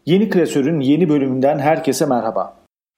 Yeni Klasör'ün yeni bölümünden herkese merhaba.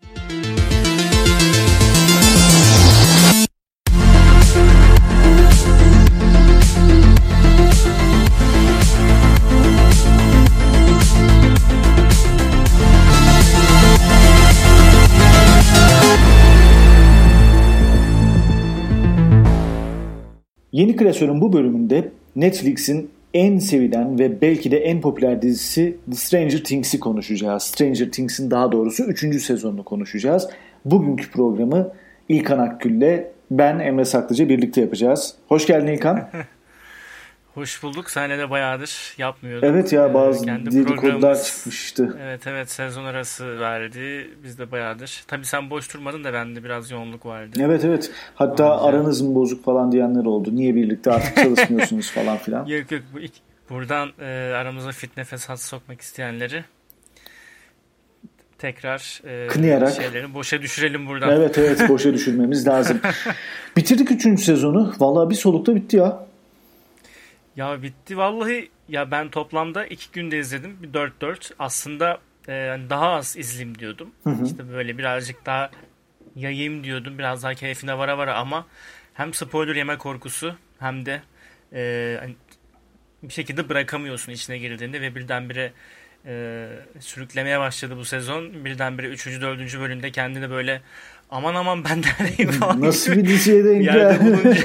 Yeni Klasör'ün bu bölümünde Netflix'in en sevilen ve belki de en popüler dizisi The Stranger Things'i konuşacağız. Stranger Things'in daha doğrusu 3. sezonunu konuşacağız. Bugünkü programı İlkan Akgül'le ben Emre Saklıca birlikte yapacağız. Hoş geldin İlkan. Hoş bulduk. Seninle de bayağıdır yapmıyorduk. Evet ya, bazı dedikodular çıkmıştı. Evet, sezon arası verdi. Biz de bayağıdır. Tabii sen boş durmadın da bende biraz yoğunluk vardı. Evet. Hatta aranız mı bozuk falan diyenler oldu. Niye birlikte artık çalışmıyorsunuz falan filan. Yok. Buradan aramıza fitne fesat sokmak isteyenleri tekrar kınayarak şeyleri boşa düşürelim buradan. Evet, boşa düşürmemiz lazım. Bitirdik 3. sezonu. Vallahi bir solukta bitti ya. Ya bitti vallahi. Ya ben toplamda 2 günde izledim. Bir 4-4. Aslında daha az izleyeyim diyordum. Hı. İşte böyle birazcık daha yayayım diyordum. Biraz daha keyfine vara ama hem spoiler yeme korkusu hem de hani bir şekilde bırakamıyorsun içine girdiğinde ve birdenbire sürüklemeye başladı bu sezon. Birdenbire 3. 4. bölümde kendini böyle aman ben neredeyim falan. Nasıl bir diziye denk geldi?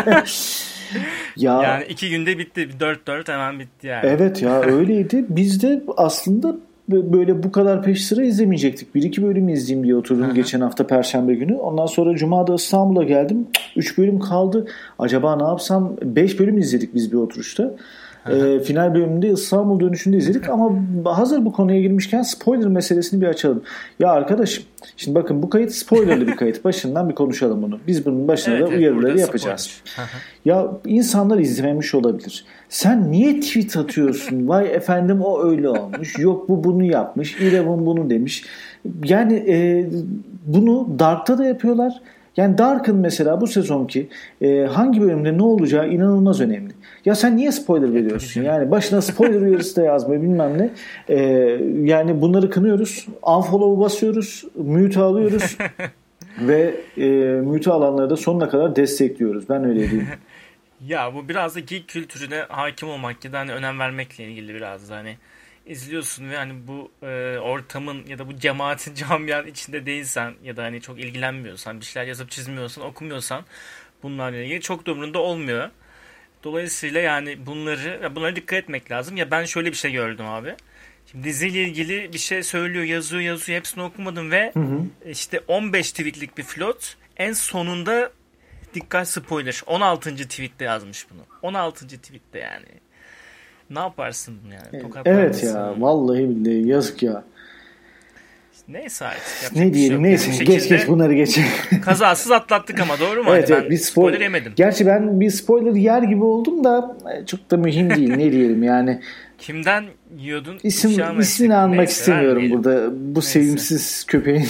Yani 2 günde bitti. 4-4 hemen bitti yani. Evet ya, öyleydi. Biz de aslında böyle bu kadar peş sıra izlemeyecektik. 1-2 bölüm izleyeyim diye oturdum geçen hafta Perşembe günü. Ondan sonra Cuma'da İstanbul'a geldim. 3 bölüm kaldı. Acaba ne yapsam? 5 bölüm izledik biz bir oturuşta. Final bölümünde İstanbul dönüşünde izledik ama hazır bu konuya girmişken spoiler meselesini bir açalım. Ya arkadaşım, şimdi bakın, bu kayıt spoilerlı bir kayıt. Başından bir konuşalım bunu. Biz bunun başına da uyarıları yapacağız. Ya insanlar izlememiş olabilir. Sen niye tweet atıyorsun? Vay efendim, o öyle olmuş. Yok bu bunu yapmış. Eleven bunu demiş. Yani bunu Dark'ta da yapıyorlar. Yani Dark'ın mesela bu sezonki hangi bölümde ne olacağı inanılmaz önemli. Ya sen niye spoiler veriyorsun? Yani başına spoiler uyarısı da yazma bilmem ne. Yani bunları kınıyoruz. Unfollow'u basıyoruz. Mute alıyoruz. Ve mute alanları da sonuna kadar destekliyoruz. Ben öyle diyeyim. Ya bu biraz da geek kültürüne hakim olmak ya da hani önem vermekle ilgili biraz da hani izliyorsun ve hani bu ortamın ya da bu cemaatin camianın içinde değilsen ya da hani çok ilgilenmiyorsan, bir şeyler yazıp çizmiyorsan, okumuyorsan bunlarla ilgili çok da umurunda olmuyor. Dolayısıyla yani bunlara dikkat etmek lazım. Ya ben şöyle bir şey gördüm abi. Şimdi diziyle ilgili bir şey söylüyor, yazıyor. Hepsini okumadım ve işte 15 tweetlik bir flot. En sonunda dikkat spoiler. 16. tweette yazmış bunu. 16. tweette yani. Ne yaparsın yani? Evet ya, vallahi billahi yazık ya. Neyse artık. Ne diyelim, neyse geç bunları geç. Kazasız atlattık ama, doğru mu? Evet, ben bir spoiler yemedim. Gerçi ben bir spoiler yer gibi oldum da çok da mühim değil, ne diyelim yani. Kimden yiyordun? İsmini anmak istemiyorum burada. Bu sevimsiz köpeğin.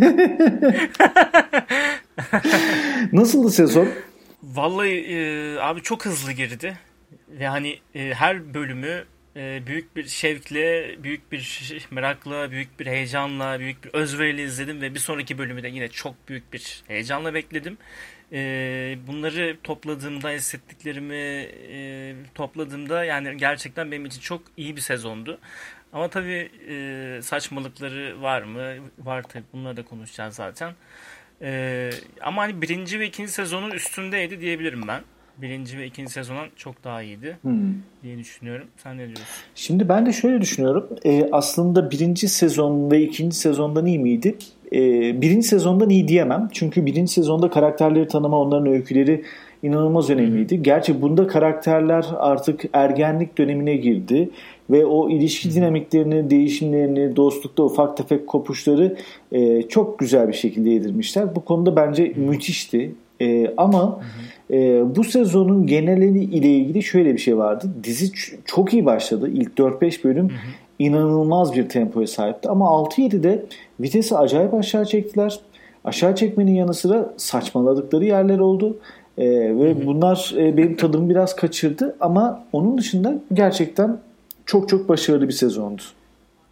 Nasıldı sezon? Vallahi abi çok hızlı girdi. Ve hani her bölümü büyük bir şevkle, büyük bir merakla, büyük bir heyecanla, büyük bir özveriyle izledim ve bir sonraki bölümü de yine çok büyük bir heyecanla bekledim. Bunları topladığımda, hissettiklerimi topladığımda yani gerçekten benim için çok iyi bir sezondu. Ama tabii saçmalıkları var mı? Var tabii, bunları da konuşacağız zaten. Ama hani 1. ve 2. sezonun üstündeydi diyebilirim ben. 1. ve 2. sezondan çok daha iyiydi diye düşünüyorum. Sen ne diyorsun? Şimdi ben de şöyle düşünüyorum. Aslında 1. sezon ve 2. sezondan iyi miydi? 1. sezondan iyi diyemem. Çünkü 1. sezonda karakterleri tanıma, onların öyküleri inanılmaz önemliydi. Gerçi bunda karakterler artık ergenlik dönemine girdi. Ve o ilişki dinamiklerini, değişimlerini, dostlukta ufak tefek kopuşları çok güzel bir şekilde yedirmişler. Bu konuda bence müthişti. Ama bu sezonun geneli ile ilgili şöyle bir şey vardı. Dizi çok iyi başladı. İlk 4-5 bölüm inanılmaz bir tempoya sahipti. Ama 6-7'de vitesi acayip aşağı çektiler. Aşağı çekmenin yanı sıra saçmaladıkları yerler oldu. Ve bunlar benim tadımı biraz kaçırdı. Ama onun dışında gerçekten çok çok başarılı bir sezondu.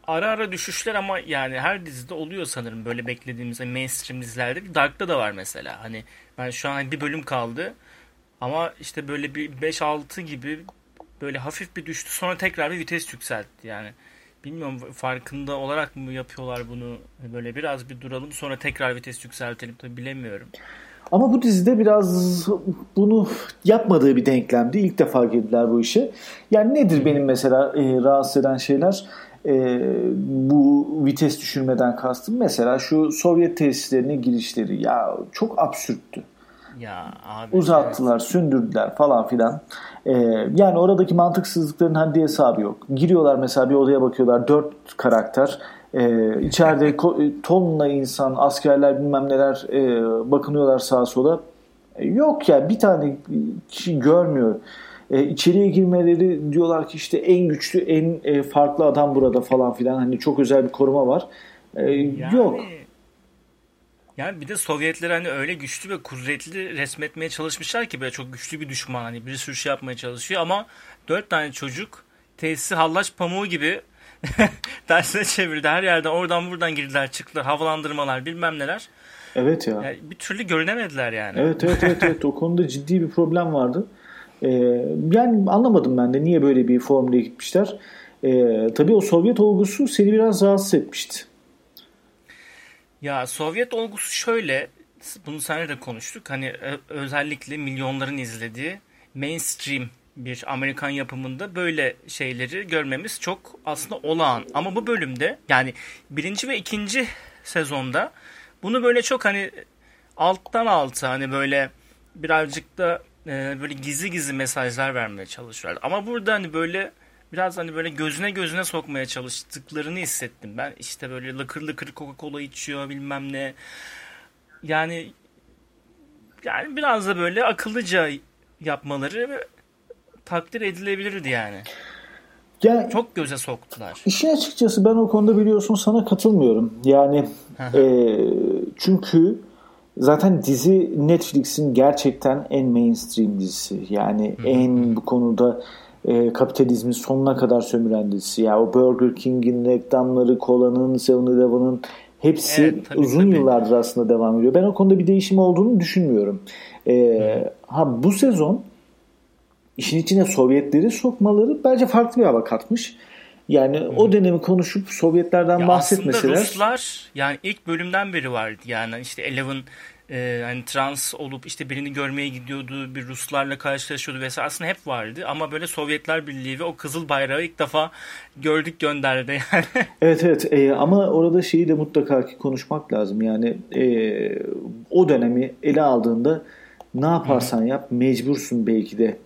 ara ara düşüşler ama yani her dizide oluyor sanırım böyle beklediğimiz hani mainstream dizilerde. Dark'ta da var mesela. Hani ben şu an bir bölüm kaldı ama işte böyle bir 5-6 gibi böyle hafif bir düştü sonra tekrar bir vites yükseltti yani. Bilmiyorum farkında olarak mı yapıyorlar bunu böyle biraz bir duralım sonra tekrar vites yükseltelim tabii bilemiyorum. Ama bu dizide biraz bunu yapmadığı bir denklemdi. İlk defa girdiler bu işe. Yani nedir benim mesela rahatsız eden şeyler? Bu vites düşürmeden kastım. Mesela şu Sovyet tesislerine girişleri. Ya çok absürttü. Ya abi Uzattılar, evet. sündürdüler falan filan. Yani oradaki mantıksızlıkların haddi hesabı yok. Giriyorlar mesela bir odaya bakıyorlar. 4 karakter. İçeride tonla insan, askerler bilmem neler bakınıyorlar sağa sola. Yok ya bir tane kişi görmüyor. İçeriye girmeleri diyorlar ki işte en güçlü, en farklı adam burada falan filan. Hani çok özel bir koruma var. Yok. Yani yani bir de Sovyetler hani öyle güçlü ve kudretli resmetmeye çalışmışlar ki böyle çok güçlü bir düşman hani bir sürü şey yapmaya çalışıyor ama 4 tane çocuk tesisi hallaç pamuğu gibi tersine çevirdi. Her yerden oradan buradan girdiler çıktılar havalandırmalar bilmem neler. Evet ya. Yani bir türlü görünemediler yani. Evet. O konuda ciddi bir problem vardı. Ee, Yani anlamadım ben de niye böyle bir formüle gitmişler. Tabii o Sovyet olgusu seni biraz rahatsız etmişti. Ya Sovyet olgusu şöyle bunu seninle de konuştuk. Hani özellikle milyonların izlediği mainstream bir Amerikan yapımında böyle şeyleri görmemiz çok aslında olağan. Ama bu bölümde yani birinci ve ikinci sezonda bunu böyle çok hani alttan alta hani böyle birazcık da böyle gizli gizli mesajlar vermeye çalışıyorlar. Ama burada hani böyle biraz hani böyle gözüne sokmaya çalıştıklarını hissettim ben. İşte böyle lıkır lıkır Coca-Cola içiyor bilmem ne. Yani yani biraz da böyle akıllıca yapmaları takdir edilebilirdi yani. Yani Çok göze soktular. işin açıkçası ben o konuda biliyorsun sana katılmıyorum. Yani Hı hı. çünkü zaten dizi Netflix'in gerçekten en mainstream dizisi. Yani Hı hı hı. en bu konuda kapitalizmin sonuna kadar sömüren dizisi. Ya o Burger King'in reklamları, Cola'nın, 7-Eleven'ın hepsi Evet tabii uzun tabii. yıllardır aslında devam ediyor. Ben o konuda bir değişim olduğunu düşünmüyorum. Hı hı. Ha bu sezon işin içine Sovyetleri sokmaları bence farklı bir hava katmış. Yani Hı o hı. dönemi konuşup Sovyetlerden Ya aslında bahsetmeseler. Ruslar yani ilk bölümden beri vardı yani işte Eleven hani trans olup işte birini görmeye gidiyordu bir Ruslarla karşılaşıyordu vesaire aslında hep vardı ama böyle Sovyetler Birliği ve o kızıl bayrağı ilk defa gördük gönderdi yani. Evet, ama orada şeyi de mutlaka ki konuşmak lazım. Yani o dönemi ele aldığında ne Hı hı. yaparsan yap mecbursun belki de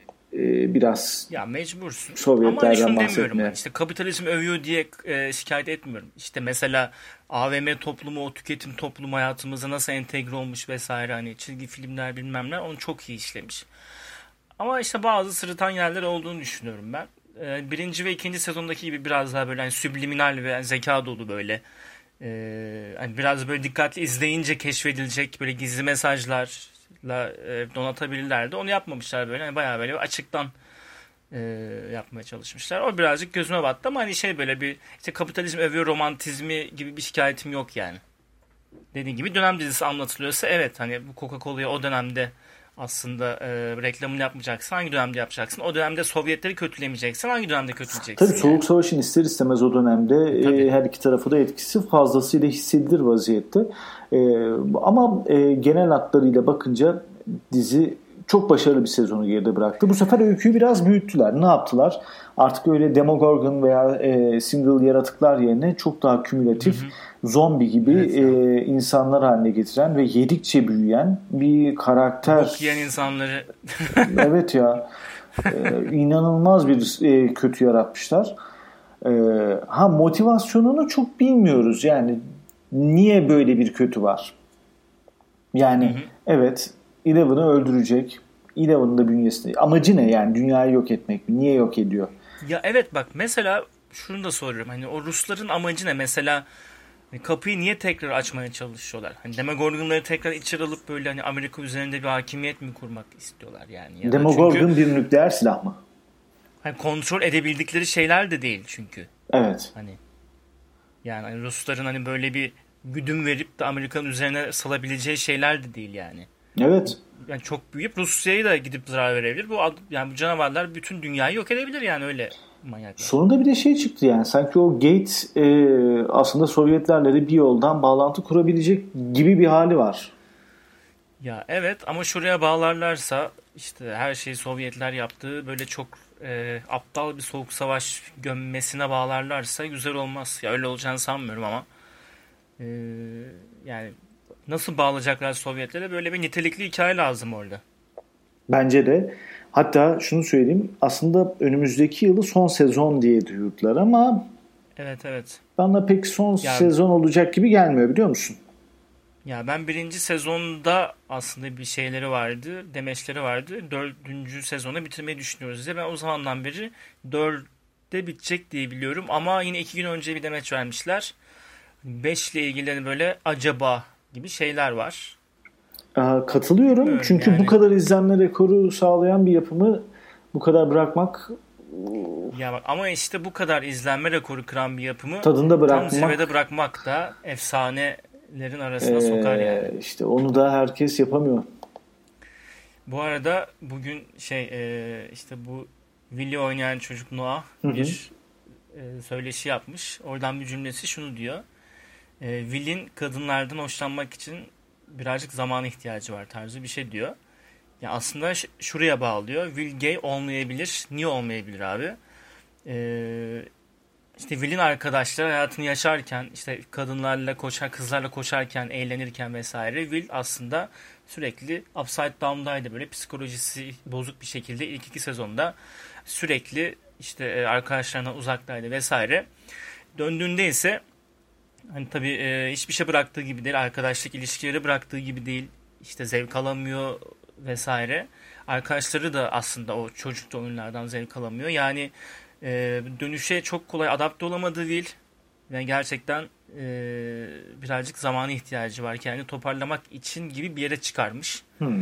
biraz Ya mecbursun. Ama hani Sovyetlerden şunu demiyorum hani bahsetmeye. işte kapitalizm övüyor diye şikayet etmiyorum. İşte mesela AVM toplumu, o tüketim toplumu hayatımıza nasıl entegre olmuş vesaire hani çizgi filmler bilmem ne onu çok iyi işlemiş. Ama işte bazı sırıtan yerler olduğunu düşünüyorum ben. Birinci ve ikinci sezondaki gibi biraz daha böyle hani subliminal ve zeka dolu böyle. Hani biraz böyle dikkatli izleyince keşfedilecek böyle gizli mesajlarla donatabilirlerdi. Onu yapmamışlar böyle. Hani bayağı böyle açıktan e, yapmaya çalışmışlar. O birazcık gözüme battı ama hani şey böyle bir işte kapitalizm övüyor romantizmi gibi bir şikayetim yok yani. Dediğim gibi dönem dizisi anlatılıyorsa evet hani bu Coca-Cola'yı o dönemde aslında reklamını yapmayacaksın. Hangi dönemde yapacaksın? O dönemde Sovyetleri kötülemeyeceksin. Hangi dönemde Tabii kötüleyeceksin yani? Soğuk Savaş'ın ister istemez o dönemde Tabii. her iki tarafı da etkisi fazlasıyla hissedilir vaziyette. E, Ama genel hatlarıyla bakınca dizi çok başarılı bir sezonu geride bıraktı. Bu sefer öyküyü biraz büyüttüler. Ne yaptılar? Artık öyle Demogorgon veya single yaratıklar yerine çok daha Hı kümülatif hı. zombi gibi Evet ya. insanlar haline getiren ve yedikçe büyüyen bir Bok karakter. yiyen insanları. Evet ya, inanılmaz bir kötü yaratmışlar. E, Ha motivasyonunu çok bilmiyoruz. Yani niye böyle bir kötü var? Hı Yani hı. evet Eleven'ı öldürecek. Eleven'ın da bünyesinde. Amacı ne yani? Dünyayı yok etmek mi? Niye yok ediyor? Ya evet bak mesela şunu da soruyorum. Hani o Rusların amacı ne? Mesela hani kapıyı niye tekrar açmaya çalışıyorlar? Hani Demogorgonları tekrar içeri alıp böyle hani Amerika üzerinde bir hakimiyet mi kurmak istiyorlar yani? Ya da çünkü Demogorgon bir nükleer silah mı? hani kontrol edebildikleri şeyler de değil çünkü. Evet. Hani Yani hani Rusların hani böyle bir güdüm verip de Amerika'nın üzerine salabileceği şeyler de değil yani. Evet. Yani çok büyüyüp Rusya'yı da gidip zarar verebilir. Yani bu canavarlar bütün dünyayı yok edebilir yani, öyle manyaklar. Sonunda bir de şey çıktı yani, sanki o gate aslında Sovyetlerle de bir yoldan bağlantı kurabilecek gibi bir hali var. Ya evet, ama şuraya bağlarlarsa, işte her şeyi Sovyetler yaptığı böyle çok aptal bir soğuk savaş gömmesine bağlarlarsa güzel olmaz. Ya öyle olacağını sanmıyorum ama e, yani nasıl bağlayacaklar Sovyetlere, böyle bir nitelikli hikaye lazım orada. Bence de. Hatta şunu söyleyeyim. Aslında önümüzdeki yılı son sezon diye duyurdular ama Evet, evet. bana pek son Ya sezon olacak gibi gelmiyor, biliyor musun? ya ben birinci sezonda aslında bir şeyleri vardı, demeçleri vardı. Dördüncü sezonu bitirmeyi düşünüyoruz diye. Ben o zamandan beri dörtte bitecek diye biliyorum. Ama yine 2 gün önce bir demeç vermişler. 5 ile ilgili hani böyle acaba gibi şeyler var. Katılıyorum. Bilmiyorum Çünkü bu yani. kadar izlenme rekoru sağlayan bir yapımı bu kadar bırakmak, Ya bak, ama işte bu kadar izlenme rekoru kıran bir yapımı tadında tam zirvede bırakmak, bırakmak da efsanelerin arasına sokar yani. işte onu da herkes yapamıyor. Bu arada bugün işte bu Willy oynayan çocuk Noah Hı hı. bir söyleşi yapmış. Oradan bir cümlesi şunu diyor. Will'in kadınlardan hoşlanmak için birazcık zamana ihtiyacı var tarzı bir şey diyor. Ya aslında şuraya bağlıyor. Will gay olmayabilir. Niye olmayabilir abi? Ee, işte Will'in arkadaşları hayatını yaşarken, işte kadınlarla koşar, kızlarla koşarken, eğlenirken vesaire, Will aslında sürekli upside down'daydı, böyle psikolojisi bozuk bir şekilde ilk 2 sezonda sürekli işte arkadaşlarından uzaktaydı vesaire. Döndüğünde ise hani tabii hiçbir şey bıraktığı gibi değil, arkadaşlık ilişkileri bıraktığı gibi değil, işte zevk alamıyor vesaire. Arkadaşları da aslında o çocukça oyunlardan zevk alamıyor. Yani dönüşe çok kolay adapte olamadığı değil. Yani gerçekten birazcık zamana ihtiyacı var. Kendini toparlamak için gibi bir yere çıkarmış. Hmm.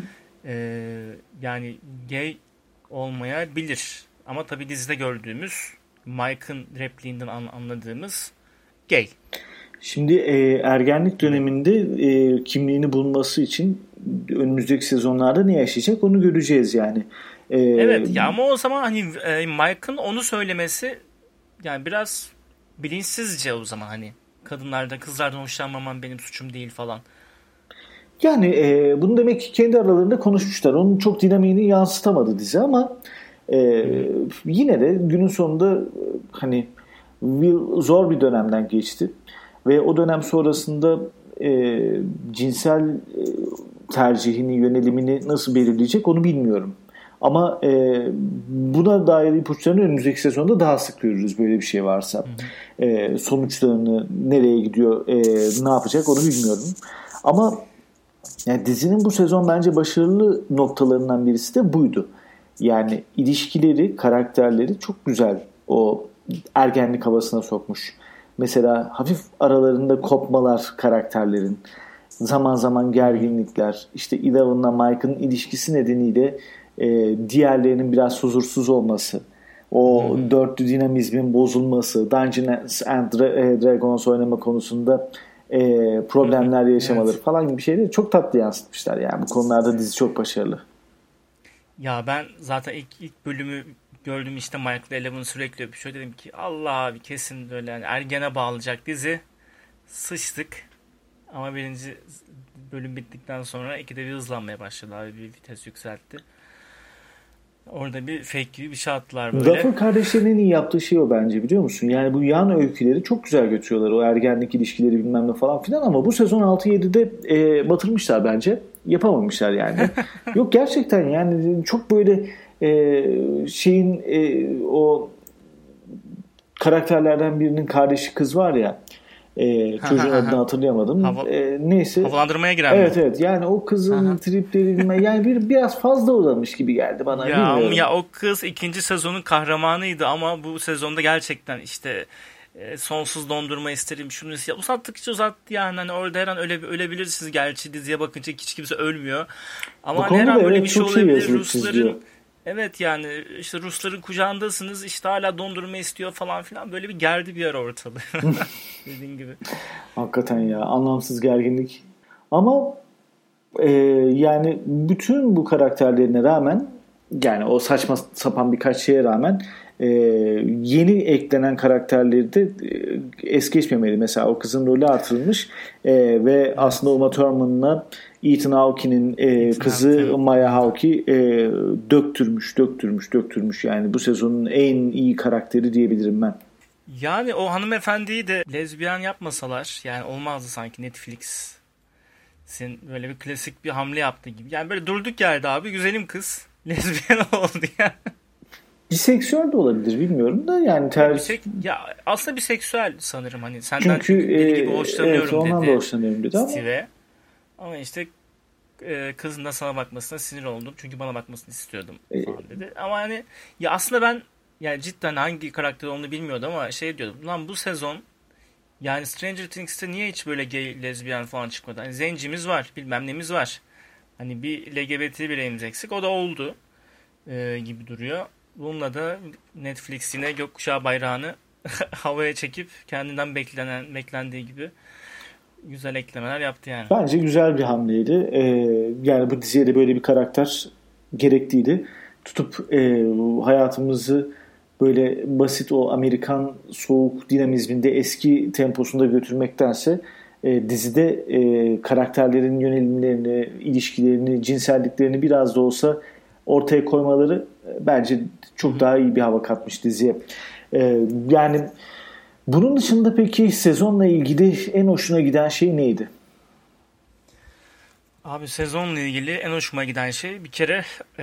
Yani gay olmayabilir. Ama tabii dizide gördüğümüz, Mike'ın repliğinden anladığımız gay Şimdi ergenlik gibi. döneminde kimliğini bulması için önümüzdeki sezonlarda ne yaşayacak onu göreceğiz yani. E, Evet ya, ama o zaman hani Mike'ın onu söylemesi yani biraz bilinçsizce, o zaman hani kadınlardan, kızlardan hoşlanmamam benim suçum değil falan. Yani bunu demek ki kendi aralarında konuşmuşlar. Onun çok dinamiğini yansıtamadı dizi ama e, Hı hı. yine de günün sonunda hani Will zor bir dönemden geçti ve o dönem sonrasında e, cinsel tercihini, yönelimini nasıl belirleyecek onu bilmiyorum. Ama buna dair ipuçlarını önümüzdeki sezonda daha sık görürüz, böyle bir şey varsa. Hı hı. Sonuçlarını, nereye gidiyor, ne yapacak onu bilmiyorum. Ama yani dizinin bu sezon bence başarılı noktalarından birisi de buydu. Yani ilişkileri, karakterleri çok güzel o ergenlik havasına sokmuş. Mesela hafif aralarında kopmalar karakterlerin, zaman zaman Hı hı. gerginlikler, işte Eleven'la Mike'ın ilişkisi nedeniyle diğerlerinin biraz huzursuz olması, Hı o hı. dörtlü dinamizmin bozulması, Dungeons and Dragons oynama konusunda Hı hı. problemler yaşamaları Evet. falan gibi şeyleri çok tatlı yansıtmışlar. Yani bu konularda dizi çok başarılı. Ya ben zaten ilk bölümü gördüm, işte Michael Eleven sürekli öpüşüyor, dedim ki Allah abi, kesin böyle yani ergene bağlayacak dizi, sıçtık. Ama birinci bölüm bittikten sonra ikide bir hızlanmaya başladı abi, bir vites yükseltti. Orada bir fake gibi bir şey attılar böyle. Duffer kardeşlerin en iyi yaptığı şey o bence, biliyor musun? Yani bu yan öyküleri çok güzel götürüyorlar. O ergenlik ilişkileri bilmem ne falan filan ama bu sezon 6-7'de batırmışlar bence. Yapamamışlar yani. Yok gerçekten yani çok böyle o karakterlerden birinin kardeşi kız var ya, çocuğun adını hatırlayamadım. Hava, Neyse. havalandırmaya giren mi? Evet evet, yani o kızın tripleri yani biraz fazla uzamış gibi geldi bana, Ya ama bilmiyorum. ya, o kız ikinci sezonun kahramanıydı ama bu sezonda gerçekten işte sonsuz dondurma isterim şunu ya, uzattıkça uzattı yani, hani orada her an ölebilirsiniz, gerçi diziye bakınca hiç kimse ölmüyor Bu ama hani her konuda da an böyle evet bir şey çok iyi olabilir. yazılıp çiziliyor. Evet yani işte Rusların kucağındasınız, işte hala dondurma istiyor falan filan, böyle bir gerdi bir ara ortalığı. Dediğin gibi. Hakikaten ya, anlamsız gerginlik. Ama yani bütün bu karakterlerine rağmen, yani o saçma sapan birkaç şeye rağmen yeni eklenen karakterleri de es geçmemeli. Mesela o kızın rolü artırılmış ve aslında Uma Thurman'la Ethan Hawke'nin kızı Maya Hawke döktürmüş. Yani bu sezonun en iyi karakteri diyebilirim ben. Yani o hanımefendiyi de lezbiyen yapmasalar yani olmazdı sanki. Netflix'in böyle bir klasik bir hamle yaptığı gibi. Yani böyle durduk yerde abi güzelim kız lezbiyen oldu yani. Biseksüel de olabilir, bilmiyorum da yani Ya aslında biseksüel sanırım, hani senden çünkü deli gibi hoşlanıyorum evet, ondan da dedi hoşlanıyorum dedi Steve. Ama işte kızın da sana bakmasına sinir oldum. Çünkü bana bakmasını istiyordum falan dedi. Ama hani ya aslında ben yani cidden hangi karakter olduğunu bilmiyordum ama şey diyordum. Lan bu sezon yani Stranger Things'te niye hiç böyle gay, lezbiyen falan çıkmadı? Hani zencimiz var, bilmem nemiz var. Hani bir LGBT bireyimiz eksik. O da oldu gibi duruyor. Bununla da Netflix yine gökkuşağı bayrağını havaya çekip kendinden beklendiği gibi güzel eklemeler yaptı yani. Bence güzel bir hamleydi. Yani bu diziye de böyle bir karakter gerekliydi. Tutup hayatımızı böyle basit o Amerikan soğuk dinamizminde eski temposunda götürmektense dizide karakterlerin yönelimlerini, ilişkilerini, cinselliklerini biraz da olsa ortaya koymaları bence çok daha iyi bir hava katmış diziye. Yani bunun dışında peki sezonla ilgili en hoşuna giden şey neydi? Abi sezonla ilgili en hoşuma giden şey bir kere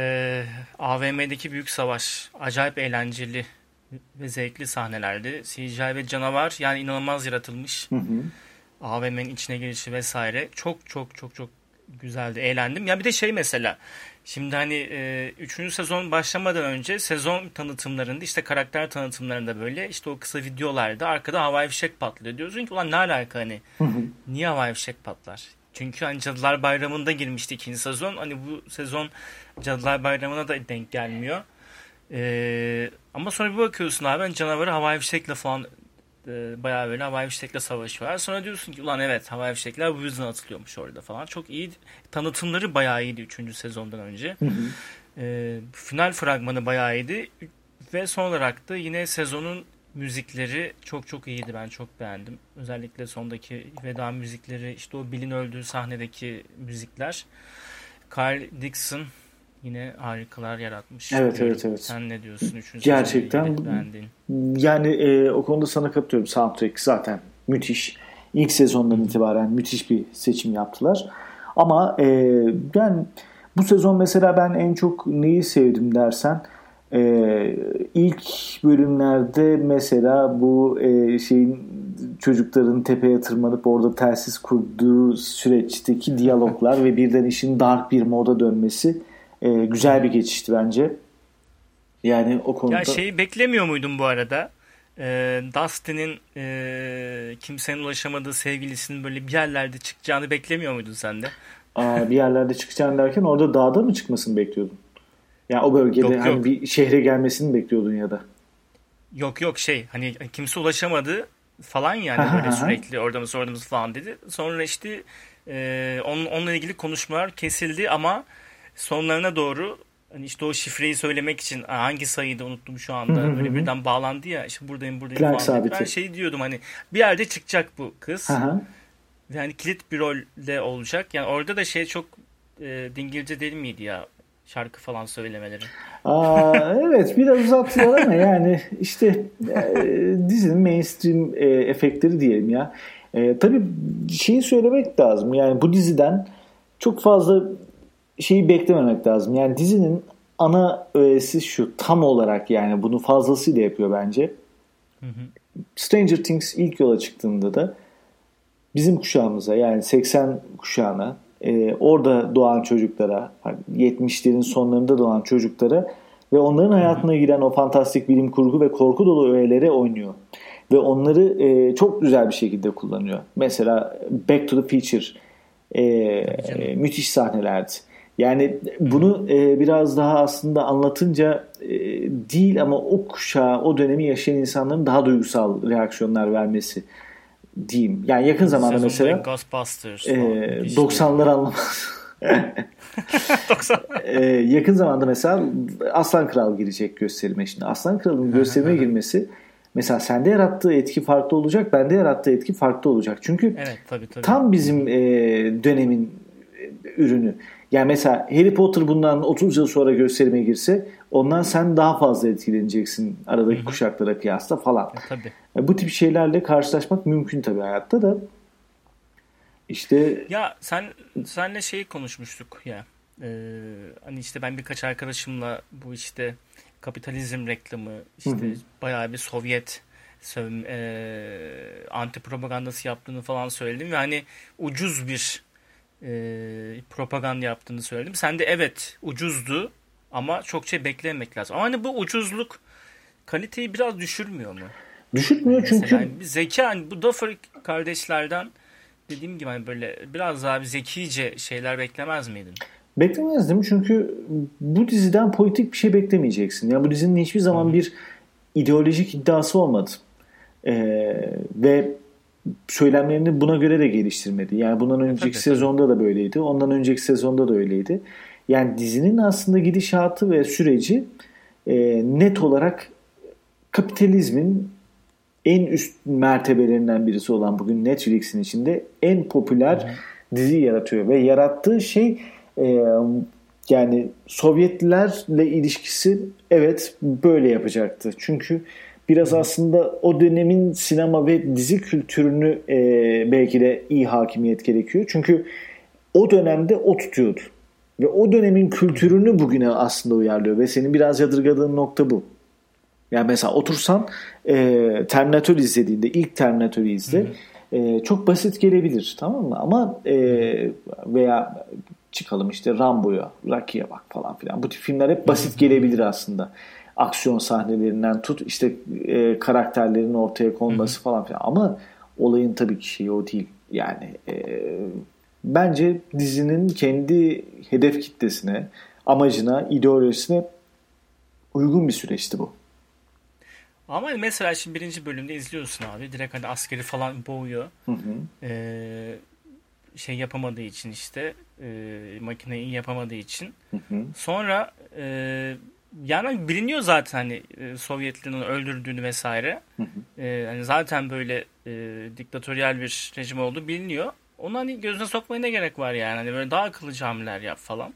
AVM'deki büyük savaş. Acayip eğlenceli ve zevkli sahnelerdi. CGI ve canavar yani inanılmaz yaratılmış. Hı hı. AVM'nin içine girişi vesaire. Çok çok çok çok güzeldi. Eğlendim. Ya bir de şey mesela. Şimdi hani 3. sezon başlamadan önce sezon tanıtımlarında işte karakter tanıtımlarında böyle işte o kısa videolarda arkada havai fişek patlıyor. Diyorsun ki ulan ne alaka hani? Hı hı. Niye havai fişek patlar? Çünkü hani Cadılar Bayramı'nda girmişti 2. sezon. Hani bu sezon Cadılar Bayramı'na da denk gelmiyor. Ama sonra bir bakıyorsun abi hani canavarı havai fişekle falan bayağı böyle havai fişekle savaşı var. Sonra diyorsun ki ulan evet havai fişekler bu yüzden atılıyormuş orada falan. Çok iyi. Tanıtımları bayağı iyiydi 3. sezondan önce. Hı hı. Final fragmanı bayağı iyiydi. Ve son olarak da yine sezonun müzikleri çok çok iyiydi. Ben çok beğendim. Özellikle sondaki veda müzikleri, işte o Bill'in öldüğü sahnedeki müzikler. Carl Dixon yine harikalar yaratmış. Evet, Diyorum. evet, evet. Sen ne diyorsun? 3. Gerçekten beğendiğin. yani o konuda sana katılıyorum. Soundtrack zaten müthiş. İlk sezondan itibaren müthiş bir seçim yaptılar. Ama yani bu sezon mesela ben en çok neyi sevdim dersen ilk bölümlerde mesela bu şeyin çocukların tepeye tırmanıp orada telsiz kurduğu süreçteki diyaloglar ve birden işin dark bir moda dönmesi güzel bir geçişti bence. Yani o konuda... Ya şeyi beklemiyor muydun bu arada? Dustin'in kimsenin ulaşamadığı sevgilisinin böyle bir yerlerde çıkacağını beklemiyor muydun sen de? Bir yerlerde çıkacağını derken orada dağda mı çıkmasını bekliyordun? Yani o bölgede Yok, hani yok. bir şehre gelmesini mi bekliyordun ya da? Yok şey hani kimse ulaşamadı falan yani böyle sürekli orada mısın orada mısın falan dedi. Sonra işte onunla ilgili konuşmalar kesildi ama sonlarına doğru hani işte o şifreyi söylemek için hangi sayıyı da unuttum şu anda böyle birden bağlandı ya işte buradayım Planck falan dedi. Ben sabiti. şey diyordum hani bir yerde çıkacak bu kız. Ve hani kilit bir rolde olacak. Yani orada da şey çok dingilce değil miydi ya? Şarkı falan söylemeleri. Evet biraz uzattılar ama yani işte dizinin mainstream efektleri diyelim ya. Tabii şeyi söylemek lazım. Yani bu diziden çok fazla şeyi beklememek lazım. Yani dizinin ana öğesi şu tam olarak yani bunu fazlasıyla yapıyor bence. Hı hı. Stranger Things ilk yola çıktığında da bizim kuşağımıza yani 80 kuşağına orada doğan çocuklara 70'lerin sonlarında doğan çocuklara ve onların hayatına giren o fantastik bilim kurgu ve korku dolu öğelere oynuyor. Ve onları çok güzel bir şekilde kullanıyor. Mesela Back to the Future müthiş sahnelerdi. Yani bunu biraz daha aslında anlatınca değil ama o kuşağı, o dönemi yaşayan insanların daha duygusal reaksiyonlar vermesi diyeyim. Yani yakın zamanda mesela Ghostbusters 90'ları anlamaz. 90. Yakın zamanda mesela Aslan Kral girecek gösterime. Şimdi Aslan Kral'ın gösterime girmesi mesela sende yarattığı etki farklı olacak, bende yarattığı etki farklı olacak. Çünkü evet, tabii. tam bizim dönemin ürünü. Yani mesela Harry Potter bundan 30 yıl sonra gösterime girse ondan sen daha fazla etkileneceksin aradaki kuşaklara kıyasla falan. Tabii. Bu tip şeylerle karşılaşmak mümkün tabii hayatta da. İşte ya senle şeyi konuşmuştuk ya. Hani işte ben birkaç arkadaşımla bu işte kapitalizm reklamı işte bayağı bir Sovyet anti propagandası yaptığını falan söyledim ve hani ucuz bir propaganda yaptığını söyledim. Sen de evet ucuzdu ama çok şey beklememek lazım. Ama hani bu ucuzluk kaliteyi biraz düşürmüyor mu? düşürmüyor Yani çünkü mesela bir zeka hani bu Duffer kardeşlerden dediğim gibi hani böyle biraz daha bir zekice şeyler beklemez miydin? beklemezdim çünkü bu diziden politik bir şey beklemeyeceksin. Yani bu dizinin hiçbir zaman bir ideolojik iddiası olmadı. Ve söylemlerini buna göre de geliştirmedi. Yani bundan önceki sezonda da böyleydi. Ondan önceki sezonda da öyleydi. Yani dizinin aslında gidişatı ve süreci net olarak kapitalizmin en üst mertebelerinden birisi olan bugün Netflix'in içinde en popüler dizi yaratıyor. Ve yarattığı şey yani Sovyetlerle ilişkisi evet böyle yapacaktı. Çünkü biraz aslında o dönemin sinema ve dizi kültürünü belki de iyi hakimiyet gerekiyor. Çünkü o dönemde o tutuyordu. Ve o dönemin kültürünü bugüne aslında uyarlıyor. Ve senin biraz yadırgadığın nokta bu. Yani mesela otursan Terminator izlediğinde ilk Terminator'ı izle çok basit gelebilir, tamam mı? Ama veya çıkalım işte Rambo'ya, Rocky'ye bak falan filan. Bu tip filmler hep basit gelebilir aslında. Aksiyon sahnelerinden tut işte karakterlerin ortaya konması falan filan. Ama olayın tabii ki şeyi o değil. Yani bence dizinin kendi hedef kitlesine, amacına, ideolojisine uygun bir süreçti bu. Ama mesela şimdi birinci bölümde izliyorsun abi. Direkt hani askeri falan boğuyor. Şey yapamadığı için işte makineyi yapamadığı için. Sonra yani biliniyor zaten hani Sovyetlerin onu öldürdüğünü vesaire. Hani zaten böyle diktatöryel bir rejim olduğu biliniyor. Onu hani gözüne sokmaya ne gerek var yani? Hani böyle daha akıllıca hamleler yap falan.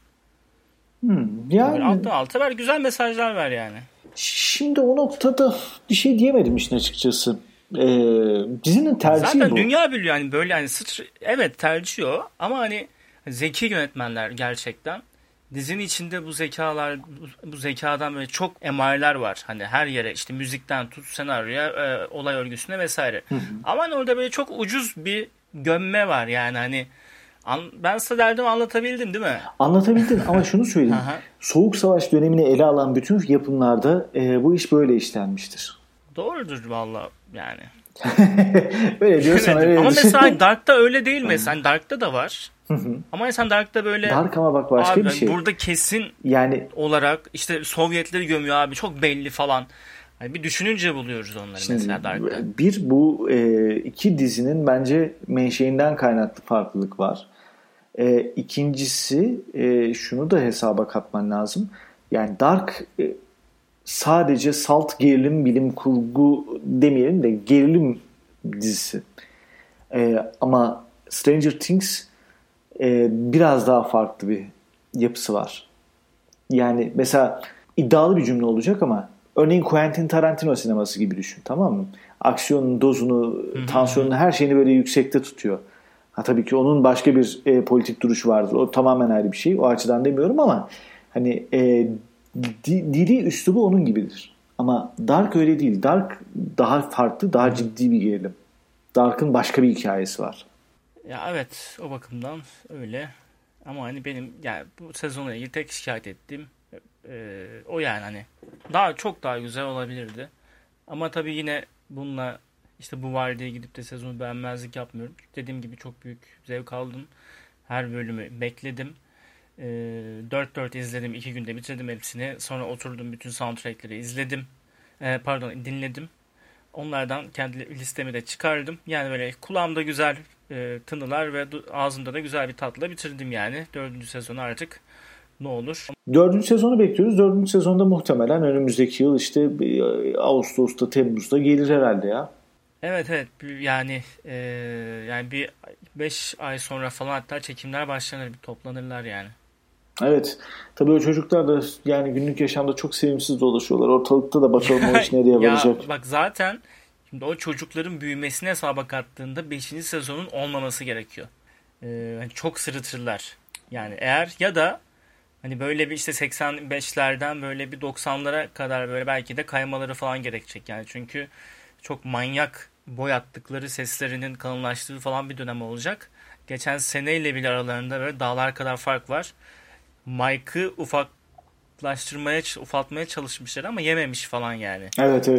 Yani böyle alttan alta ver, güzel mesajlar ver yani. Şimdi o noktada bir şey diyemedim işin açıkçası. Dizinin tercihi Zaten bu. dünya biliyor yani böyle hani evet tercih o ama hani zeki yönetmenler gerçekten. Dizinin içinde bu zekalar bu zekadan böyle çok emareler var. Hani her yere işte müzikten tut senaryoya, olay örgüsüne vesaire. Ama hani orada böyle çok ucuz bir gömme var yani hani ben size derdimi anlatabildim değil mi? Anlatabildin ama şunu söyleyeyim. Soğuk Savaş dönemini ele alan bütün yapımlarda bu iş böyle işlenmiştir. Doğrudur valla yani. Öyle diyorsan öyle. Ama mesela Dark'ta öyle değil mesela. Hani Dark'ta da var. Ama sen Dark'ta böyle Dark ama bak başka abi, bir şey. Burada kesin yani olarak işte Sovyetleri gömüyor abi. Çok belli falan. Yani bir düşününce buluyoruz onları şimdi, mesela Dark'ta. Bir bu iki dizinin bence menşeinden kaynaklı farklılık var. İkincisi şunu da hesaba katman lazım. Yani Dark sadece salt gerilim bilim kurgu demeyelim de gerilim dizisi. Ama Stranger Things biraz daha farklı bir yapısı var. Yani mesela iddialı bir cümle olacak ama örneğin Quentin Tarantino sineması gibi düşün, tamam mı? Aksiyonun dozunu, tansiyonunu, her şeyini böyle yüksekte tutuyor. Ha, tabii ki onun başka bir politik duruşu vardır. O tamamen ayrı bir şey. O açıdan demiyorum ama hani dili, üslubu onun gibidir. Ama Dark öyle değil. Dark daha farklı, daha ciddi bir gerilim. Dark'ın başka bir hikayesi var. Ya evet, o bakımdan öyle. Ama hani benim yani bu sezonla ilgili tek şikayet ettiğim o yani hani çok daha güzel olabilirdi. Ama tabii yine bununla işte bu var diye gidip de sezonu beğenmezlik yapmıyorum. Dediğim gibi çok büyük zevk aldım. Her bölümü bekledim. 4 izledim. 2 günde bitirdim hepsini. Sonra oturdum bütün soundtrackleri izledim. Dinledim. Onlardan kendi listemi de çıkardım. Yani böyle kulağımda güzel tınılar ve ağzımda da güzel bir tatla bitirdim yani. 4. sezonu artık ne olur. 4. sezonu bekliyoruz. 4. sezonda muhtemelen önümüzdeki yıl işte Ağustos'ta, Temmuz'da gelir herhalde ya. Evet yani bir 5 ay sonra falan hatta çekimler başlanır, bir toplanırlar yani. Evet. Tabii o çocuklar da yani günlük yaşamda çok sevimsiz dolaşıyorlar. Ortalıkta da bakalım o iş nereye varacak. Ya bak zaten şimdi o çocukların büyümesine hesaba kattığında 5. sezonun olmaması gerekiyor. Hani çok sırıtırlar. Yani eğer ya da hani böyle bir işte 85'lerden böyle bir 90'lara kadar böyle belki de kaymaları falan gerekecek. Yani çünkü çok manyak boy attıkları, seslerinin kalınlaştığı falan bir dönem olacak. Geçen seneyle bile aralarında böyle dağlar kadar fark var. Mike'ı ufaltmaya çalışmışlar ama yememiş falan yani. Evet.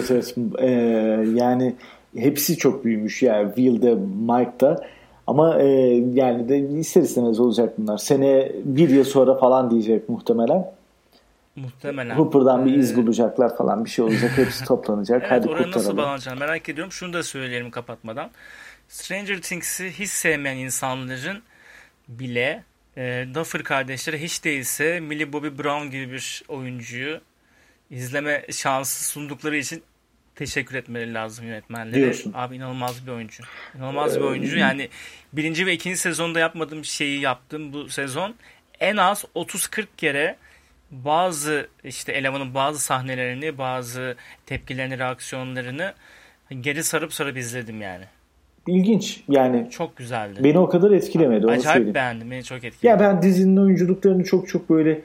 Yani hepsi çok büyümüş yani Will'de, Mike'da. Ama yani de ister istemez olacak bunlar. Sene 1 yıl sonra falan diyecek muhtemelen. Hooper'dan bir iz bulacaklar falan, bir şey olacak. Hepsi toplanacak. Evet, hadi oraya kurtaralım. Nasıl bağlanacağını merak ediyorum. Şunu da söyleyelim kapatmadan. Stranger Things'i hiç sevmeyen insanların bile Duffer kardeşlere hiç değilse Millie Bobby Brown gibi bir oyuncuyu izleme şansı sundukları için teşekkür etmeleri lazım yönetmenlere. Diyorsun. Abi inanılmaz bir oyuncu. İnanılmaz bir oyuncu. Yani 1. ve 2. sezonda yapmadığım şeyi yaptım bu sezon. En az 30-40 kere bazı işte elemanın bazı sahnelerini, bazı tepkilerini, reaksiyonlarını geri sarıp izledim yani. İlginç yani. Çok güzeldi. Beni o kadar etkilemedi. Acayip beğendim. Beni çok etkiledi. Ya ben dizinin oyunculuklarını çok böyle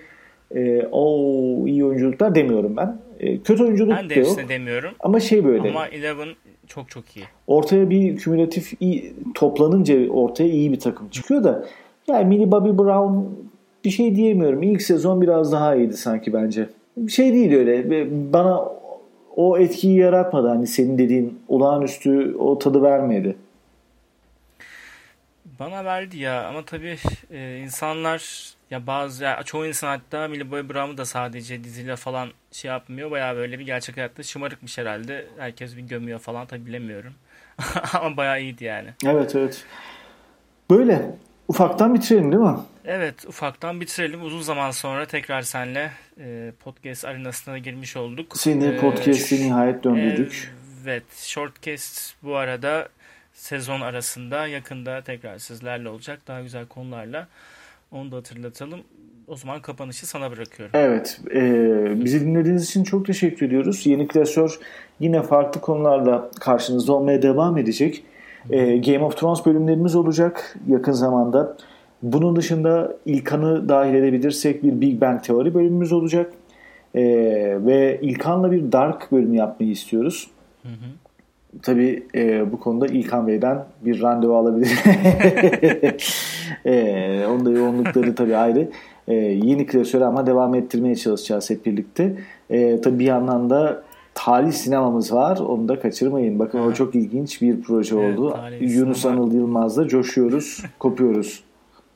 iyi oyunculuklar demiyorum ben. Kötü oyunculuk ben de da yok. hepsini demiyorum. Ama böyle. Ama Eleven çok iyi. Ortaya bir kümülatif toplanınca ortaya iyi bir takım çıkıyor da yani Millie Bobby Brown bir şey diyemiyorum. İlk sezon biraz daha iyiydi sanki bence. Bir şey değil öyle. Bana o etkiyi yaratmadı. Hani senin dediğin olağanüstü o tadı vermedi. Bana verdi ya ama tabii insanlar çoğu insan hatta Millie Bobby Brown'u da sadece diziyle falan şey yapmıyor. Bayağı böyle bir gerçek hayatta şımarıkmış herhalde. Herkes bir gömüyor falan, tabii bilemiyorum. Ama bayağı iyiydi yani. Evet. Böyle ufaktan bitirelim değil mi? Evet, ufaktan bitirelim. Uzun zaman sonra tekrar seninle podcast arenasına girmiş olduk. Seni podcast'e nihayet döndürdük. Evet, Shortcast bu arada sezon arasında yakında tekrar sizlerle olacak. Daha güzel konularla. Onu da hatırlatalım. O zaman kapanışı sana bırakıyorum. Evet. Bizi dinlediğiniz için çok teşekkür ediyoruz. Yeni Klasör yine farklı konularla karşınızda olmaya devam edecek. Game of Thrones bölümlerimiz olacak yakın zamanda. Bunun dışında İlkan'ı dahil edebilirsek bir Big Bang Teori bölümümüz olacak. Ve İlkan'la bir Dark bölümü yapmayı istiyoruz. Hı. Tabii bu konuda İlkan Bey'den bir randevu alabilir. Onun da yoğunlukları tabii ayrı. Yeni Klasör'ü ama devam ettirmeye çalışacağız hep birlikte. Tabii bir yandan da tarih sinemamız var. Onu da kaçırmayın. Bakın o çok ilginç bir proje oldu. Yunus Anıl Yılmaz'la coşuyoruz, kopuyoruz.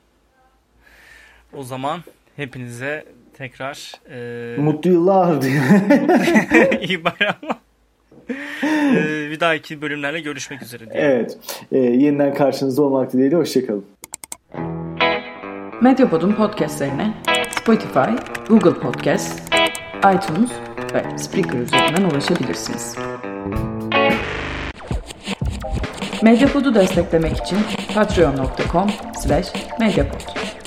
O zaman hepinize tekrar mutlu yıllar diye. İyi bayramlar. Bir dahaki bölümlerle görüşmek üzere diye. Evet. Yeniden karşınızda olmak dileğiyle. Hoşçakalın. Medyapod'un podcastlerine Spotify, Google Podcast, iTunes ve Spreaker üzerinden ulaşabilirsiniz. Medyapod'u desteklemek için patreon.com/medyapod